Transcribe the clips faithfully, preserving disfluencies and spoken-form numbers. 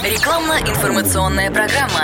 Рекламно-информационная программа.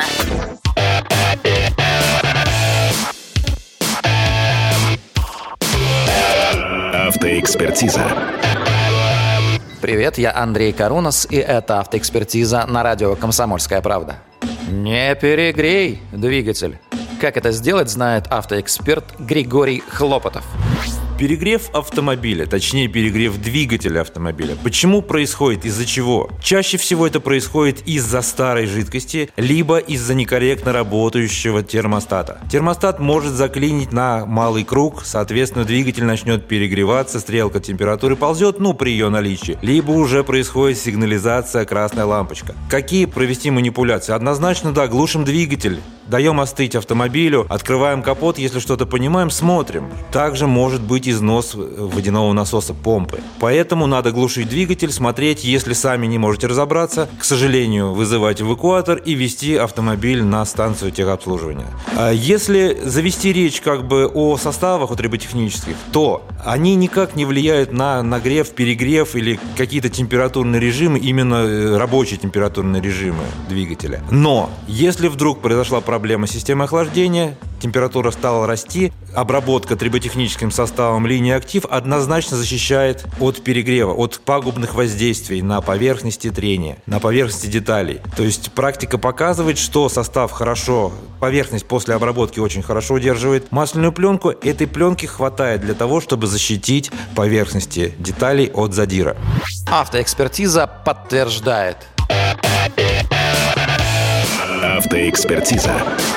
Автоэкспертиза. Привет, я Андрей Карунас, и это «Автоэкспертиза» на радио «Комсомольская правда». Не перегрей двигатель. Как это сделать, знает автоэксперт Григорий Хлопотов. Перегрев автомобиля, точнее перегрев двигателя автомобиля. Почему происходит? Из-за чего? Чаще всего это происходит из-за старой жидкости, либо из-за некорректно работающего термостата. Термостат может заклинить на малый круг, соответственно, двигатель начнет перегреваться, стрелка температуры ползет, ну, при ее наличии. Либо уже происходит сигнализация красная лампочка. Какие провести манипуляции? Однозначно, да, глушим двигатель. Даем остыть автомобилю, открываем капот, если что-то понимаем, смотрим. Также может быть износ водяного насоса помпы. Поэтому надо глушить двигатель, смотреть, если сами не можете разобраться, к сожалению, вызывать эвакуатор и везти автомобиль на станцию техобслуживания. А если завести речь как бы о составах, о триботехнических, то они никак не влияют на нагрев, перегрев или какие-то температурные режимы, именно рабочие температурные режимы двигателя. Но если вдруг произошла проблема, Проблема системы охлаждения, температура стала расти, обработка триботехническим составом линии актив однозначно защищает от перегрева, от пагубных воздействий на поверхности трения, на поверхности деталей. То есть практика показывает, что состав хорошо, поверхность после обработки очень хорошо удерживает масляную пленку. Этой пленки хватает для того, чтобы защитить поверхности деталей от задира. Автоэкспертиза подтверждает. Автоэкспертиза.